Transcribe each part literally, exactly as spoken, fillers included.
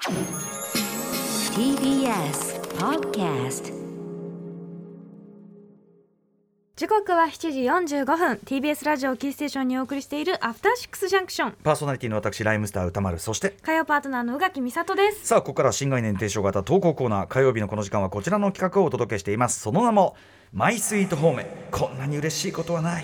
ティービーエス Podcast。 時刻はしちじよんじゅうごふん。 ティービーエス ラジオキーステーションにお送りしているアフターシックスジャンクション。 パーソナリティの私ライムスター歌丸、そして火曜パートナーの宇垣美里です。 さあ、ここから新概念提唱型投稿コーナー。火曜日のこの時間はこちらの企画をお届けしています。その名もマイスイートホーム。こんなに嬉しいことはない。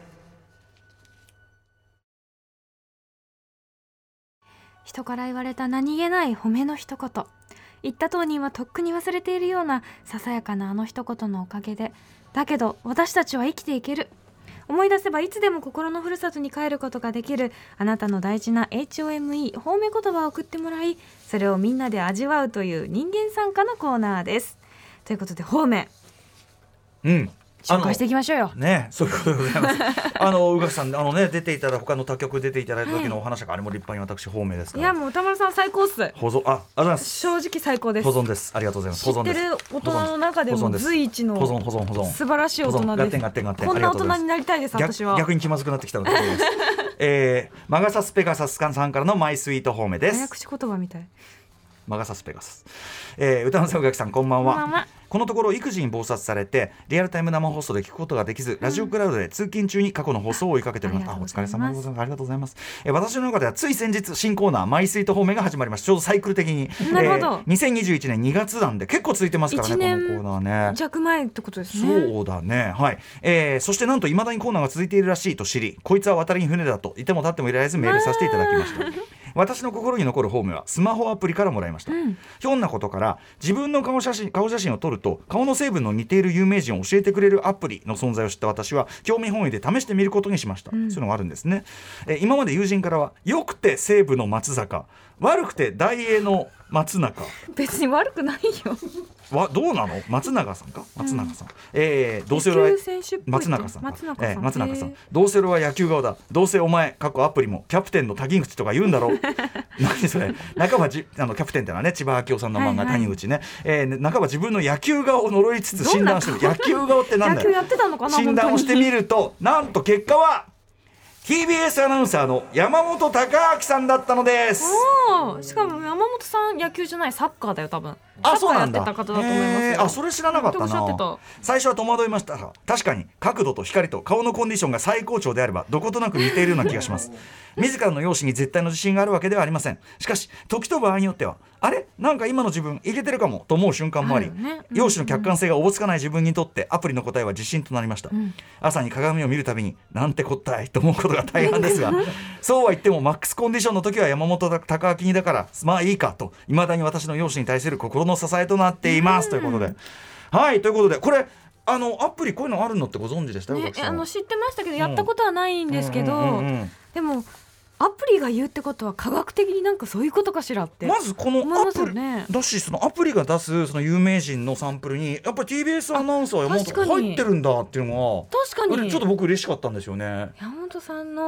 人から言われた何気ない褒めの一言、言った当人はとっくに忘れているようなささやかなあの一言のおかげで、だけど私たちは生きていける。思い出せばいつでも心のふるさとに帰ることができる、あなたの大事な エイチオーエムイー 褒め言葉を送ってもらい、それをみんなで味わうという人間参加のコーナーです。ということで褒め、 うん紹介していきましょうよ。 ね、そういうことでございますあの宇垣さん、あのね、出ていただ他の他局出ていただいた時のお話が、あれも立派に私方面ですから。 いやもう歌丸さん最高っす。 保存、あ、ありがとうございます。 正直最高です。 保存です。ありがとうございます。 知ってる大人の中でも随一の保存保存保存素晴らしい大人です。 ガッテンガッテンガッテン。 こんな大人になりたいです。私は逆, 逆に気まずくなってきたのでえー、マガサスペガサスさんからのマイスイートホームです。 早口言葉みたい。 マガサスペガサス、えー、歌丸さん、宇垣さん、こんばんは。 こんばんは。このところ育児に忙殺されてリアルタイム生放送で聞くことができず、うん、ラジオクラウドで通勤中に過去の放送を追いかけております。あ、お疲れ様でございます。ありがとうございます。えー、私の中ではつい先日新コーナーマイスイート方面が始まりました。ちょうどサイクル的に、 なるほど、 えー、にせんにじゅういちねんにがつなんで結構続いてますからね、このコーナーね。 弱前ってことですね。 そうだね、はい。えー、そしてなんと未だにコーナーが続いているらしいと知り、こいつは渡りに船だといても立ってもいられずメールさせていただきました。私の心に残るホームはスマホアプリからもらいました、うん、ひょんなことから自分の顔写真、顔写真を撮ると顔の成分の似ている有名人を教えてくれるアプリの存在を知った私は興味本位で試してみることにしました、うん、そういうのがあるんですね。えー、今まで友人からは良くて西武の松坂、悪くて大英の松中、 別に悪くないよわ、どうなの、松永さんか、松永さん、うん、えー、どうせ俺は松永さんか、松中さん、えー、松中さん、どうせ俺は野球顔だ、どうせお前過去アプリもキャプテンの谷口とか言うんだろう何それ、半ばじあのキャプテンってのはね、千葉明夫さんの漫画、はいはい、谷口ね、えー、半ば自分の野球顔を呪いつつ診断してる。野球顔ってなんだよ。 野球やってたのかな。 診断をしてみると、なんと結果はティービーエス アナウンサーの山本貴明さんだったのです。 お、しかも山本さん野球じゃない、サッカーだよ多分。 あ、そうなんだ。 サッカーやってた方だと思いますよ。 あ、それ知らなかったな。最初は戸惑いましたが、確かに角度と光と顔のコンディションが最高潮であればどことなく似ているような気がします自らの容姿に絶対の自信があるわけではありません。しかし時と場合によっては、あれ、なんか今の自分いけてるかもと思う瞬間もあり、ね、うん、容姿の客観性がおぼつかない自分にとってアプリの答えは自信となりました、うん、朝に鏡を見るたびになんてこったいと思うことが大半ですがそうは言ってもマックスコンディションの時は山本貴明にだからまあいいかと、未だに私の容姿に対する心の支えとなっています、うん、ということで、はい、ということで、これあのアプリこういうのあるのってご存知でした？ ね、あの知ってましたけど、やったことはないんですけど、うんうんうんうん、でもアプリが言うってことは科学的になんかそういうことかしらってまずこのアプリだし、そのアプリが出すその有名人のサンプルにやっぱり ティービーエス アナウンサー山本入ってるんだっていうのは確かにちょっと僕嬉しかったんですよね。 山本さんの、うん、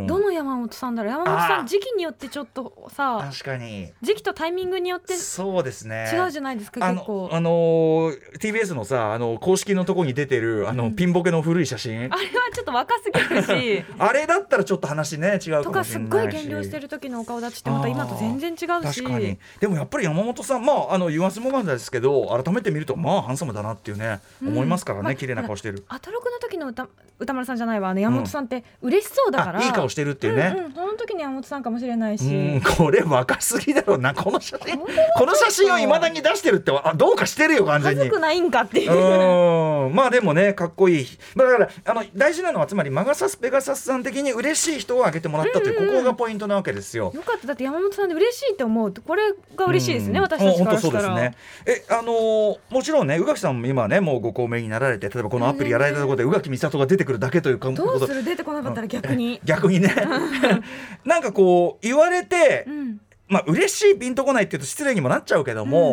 どの山本さんだろう。山本さん時期によってちょっとさ、 確かに時期とタイミングによってそうですね、 違うじゃないですか。結構あの、あのー、ティービーエス のさ、あの公式のとこに出てるあの、うん、ピンボケの古い写真、 あれはちょっと若すぎるしあれだったらちょっと話ね違うかもしれないし、とかすっごい減量してる時のお顔立ちってまた今と全然違うし、 確かに。でもやっぱり山本さん、まああの言わずもがなですけど改めて見るとまあハンサムだなっていうね、うん、思いますからね、まあ、綺麗な顔してる。 アトロクの時の 歌, 歌丸さんじゃないわ、あの山本さんって嬉しそうだから、 うん、いい顔してるっていうね、 うんうん、その時に山本さんかもしれないし、 うん、これ若すぎだろうな、この写真この写真を未だに出してるってあどうかしてるよ完全に。 恥ずくないんかっていううん、まあでもねかっこいい。だからあの大事なのはつまりマガサスペガサスさん的に嬉しい人を挙げてもらったという、うんうん、ここがポイントなわけですよ。 よかった。だって山本さんで嬉しいって思うとこれが嬉しいですね、うん、私たちからしたら。 本当そうですね。えあのー、もちろんね宇垣さんも今ねもうご公明になられて、例えばこのアプリやられたところで宇垣美里が出てくるだけというか、 どうする出てこなかったら逆に、 うん、逆にねなんかこう言われて、うん、まあ嬉しいピンとこないって言うと失礼にもなっちゃうけども、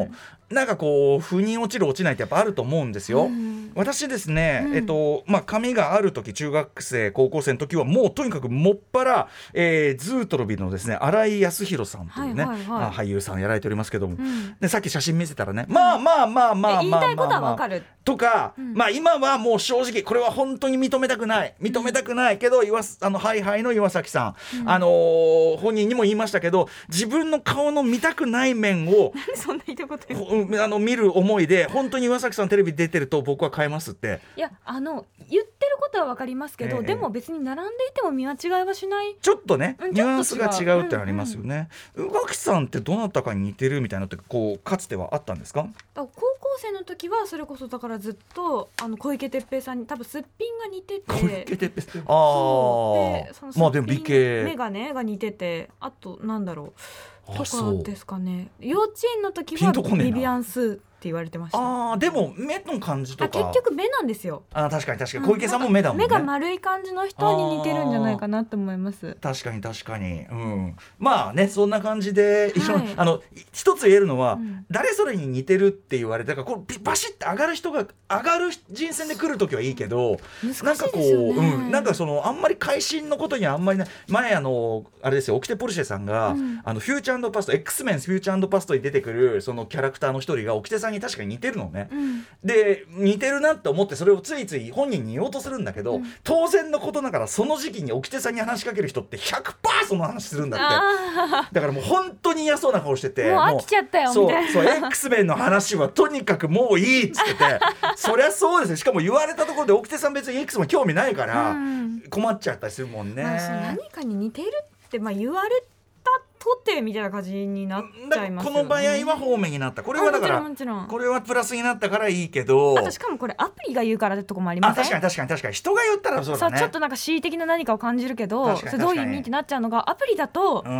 なんかこう腑に落ちる落ちないってやっぱあると思うんですよ、うん、私ですね、うん、えっとまあ髪がある時中学生高校生の時はもうとにかくもっぱら、えー、ズートロビのですね新井康弘さんというね、はいはいはい、俳優さんやられておりますけども、うん、でさっき写真見せたらね、まあまあまあまあまあまあ、まあ、言いたいことはわかるとか、うん、まあ今はもう正直これは本当に認めたくない認めたくないけど、うん、岩あのハイハイの岩崎さん、うん、あのー、本人にも言いましたけど自分の顔の見たくない面をそんな言ったこと言うあの見る思いで本当に岩崎さんテレビ出てると僕は変えますって。 いやあの言ってることは分かりますけど、えー、でも別に並んでいても見間違いはしない。 ちょっとね、うん、ニュアンスが違うってありますよね、うんうん、宇垣さんってどなたかに似てるみたいなのってこうかつてはあったんですか？ 高校生の時はそれこそだからずっとあの小池徹平さんに多分すっぴんが似てて小池徹平ああまあでも美形眼鏡が似ててあとなんだろうとかですかね。幼稚園の時はビビアンスーって言われてました。 あでも目の感じとかあ結局目なんですよ。 あ確かに確かに小池さんも目だもんね、 うん、目が丸い感じの人に似てるんじゃないかなと思います。 確かに確かに、うん、まあねそんな感じで、はい、あの一つ言えるのは、うん、誰それに似てるって言われたからこうバシッて上がる人が上がる人選で来るときはいいけど難しいですよね。 なんかこう、うん、なんかそのあんまり会心のことにはあんまりね前あのあれですよオキテポルシェさんが、うん、あのフューチャー&パスト X メンフューチャー&パストに出てくるそのキャラクターの一人がオキテさんに確かに似てるのね、うん、で似てるなって思ってそれをついつい本人に言おうとするんだけど、うん、当然のことながらその時期にオキテさんに話しかける人って ひゃくパーセント その話するんだってだからもう本当に嫌そうな顔しててもう飽きちゃったよみたいな。 そうそう X メンの話はとにかくもういいっつっててそりゃそうですよ。しかも言われたところでオキテさん別に X も興味ないから困っちゃったりするもんね、 まあ、何かに似てるってまあ言われたとってみたいな感じになっちゃいますよね。 この場合は方面になった。これはだからこれはプラスになったからいいけど、 あとしかもこれアプリが言うからってとこもありません？ あ確かに確かに確かに人が言ったらそうだね。 そうちょっとなんか恣意的な何かを感じるけどそれどういう意味ってなっちゃうのがアプリだと、うん、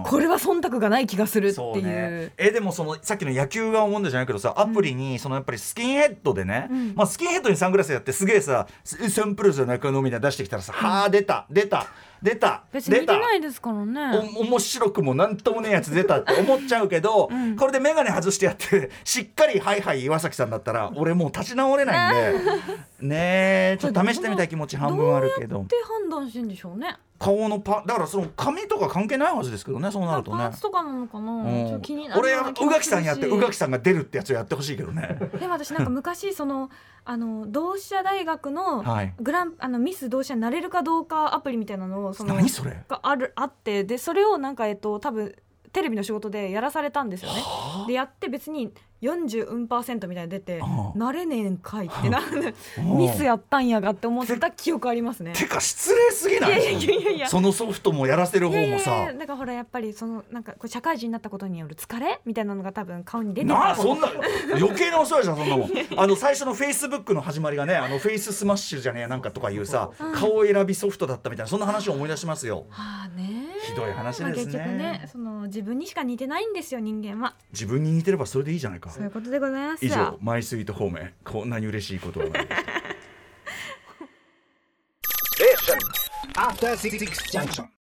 これは忖度がない気がするっていう。そうね、えでもそのさっきの野球が思うんじゃないけどさアプリにそのやっぱりスキンヘッドでね、うんまあ、スキンヘッドにサングラスやってすげえさサンプルズの中のみたいな出してきたらさ、うん、はあ出た出た出た別に似てないですからね。 お面白くもなんともねえやつ出たって思っちゃうけど、うん、これで眼鏡外してやってしっかりハイハイ岩崎さんだったら俺もう立ち直れないんでねえちょっと試してみたい気持ち半分あるけど。どうやって判断してんでしょうね。 顔のパだからその髪とか関係ないはずですけどねそうなるとね。 パーツとかなのかな、うん、ちょっと気になる。 俺は宇垣さんやって宇垣さんが出るってやつをやってほしいけどねでも私なんか昔そのあの同志社大学のグラン、はい、あのミス同志社になれるかどうかアプリみたいなのをその何それがあるあってでそれをなんかえっと多分テレビの仕事でやらされたんですよね。でやって別によんじゅううんパーセントみたいな出てなれねえんかいってなミスやったんやがって思ってた記憶ありますね。 てか失礼すぎない？ いやいやいやいやそのソフトもやらせる方もさ。いやいやだからほらやっぱりそのなんかこう社会人になったことによる疲れみたいなのが多分顔に出てる。 なあそんな余計なお世話じゃんそんなもんあの最初のフェイスブックの始まりがねあのフェイススマッシュじゃねえなんかとかいうさ、うん、顔選びソフトだったみたいなそんな話を思い出しますよ。 はあねひどい話ですね、まあ、 結局ねその自分にしか似てないんですよ人間は。 自分に似てればそれでいいじゃないか。 そういうことでございます。 以上マイスイート方面こんなに嬉しいことはないです。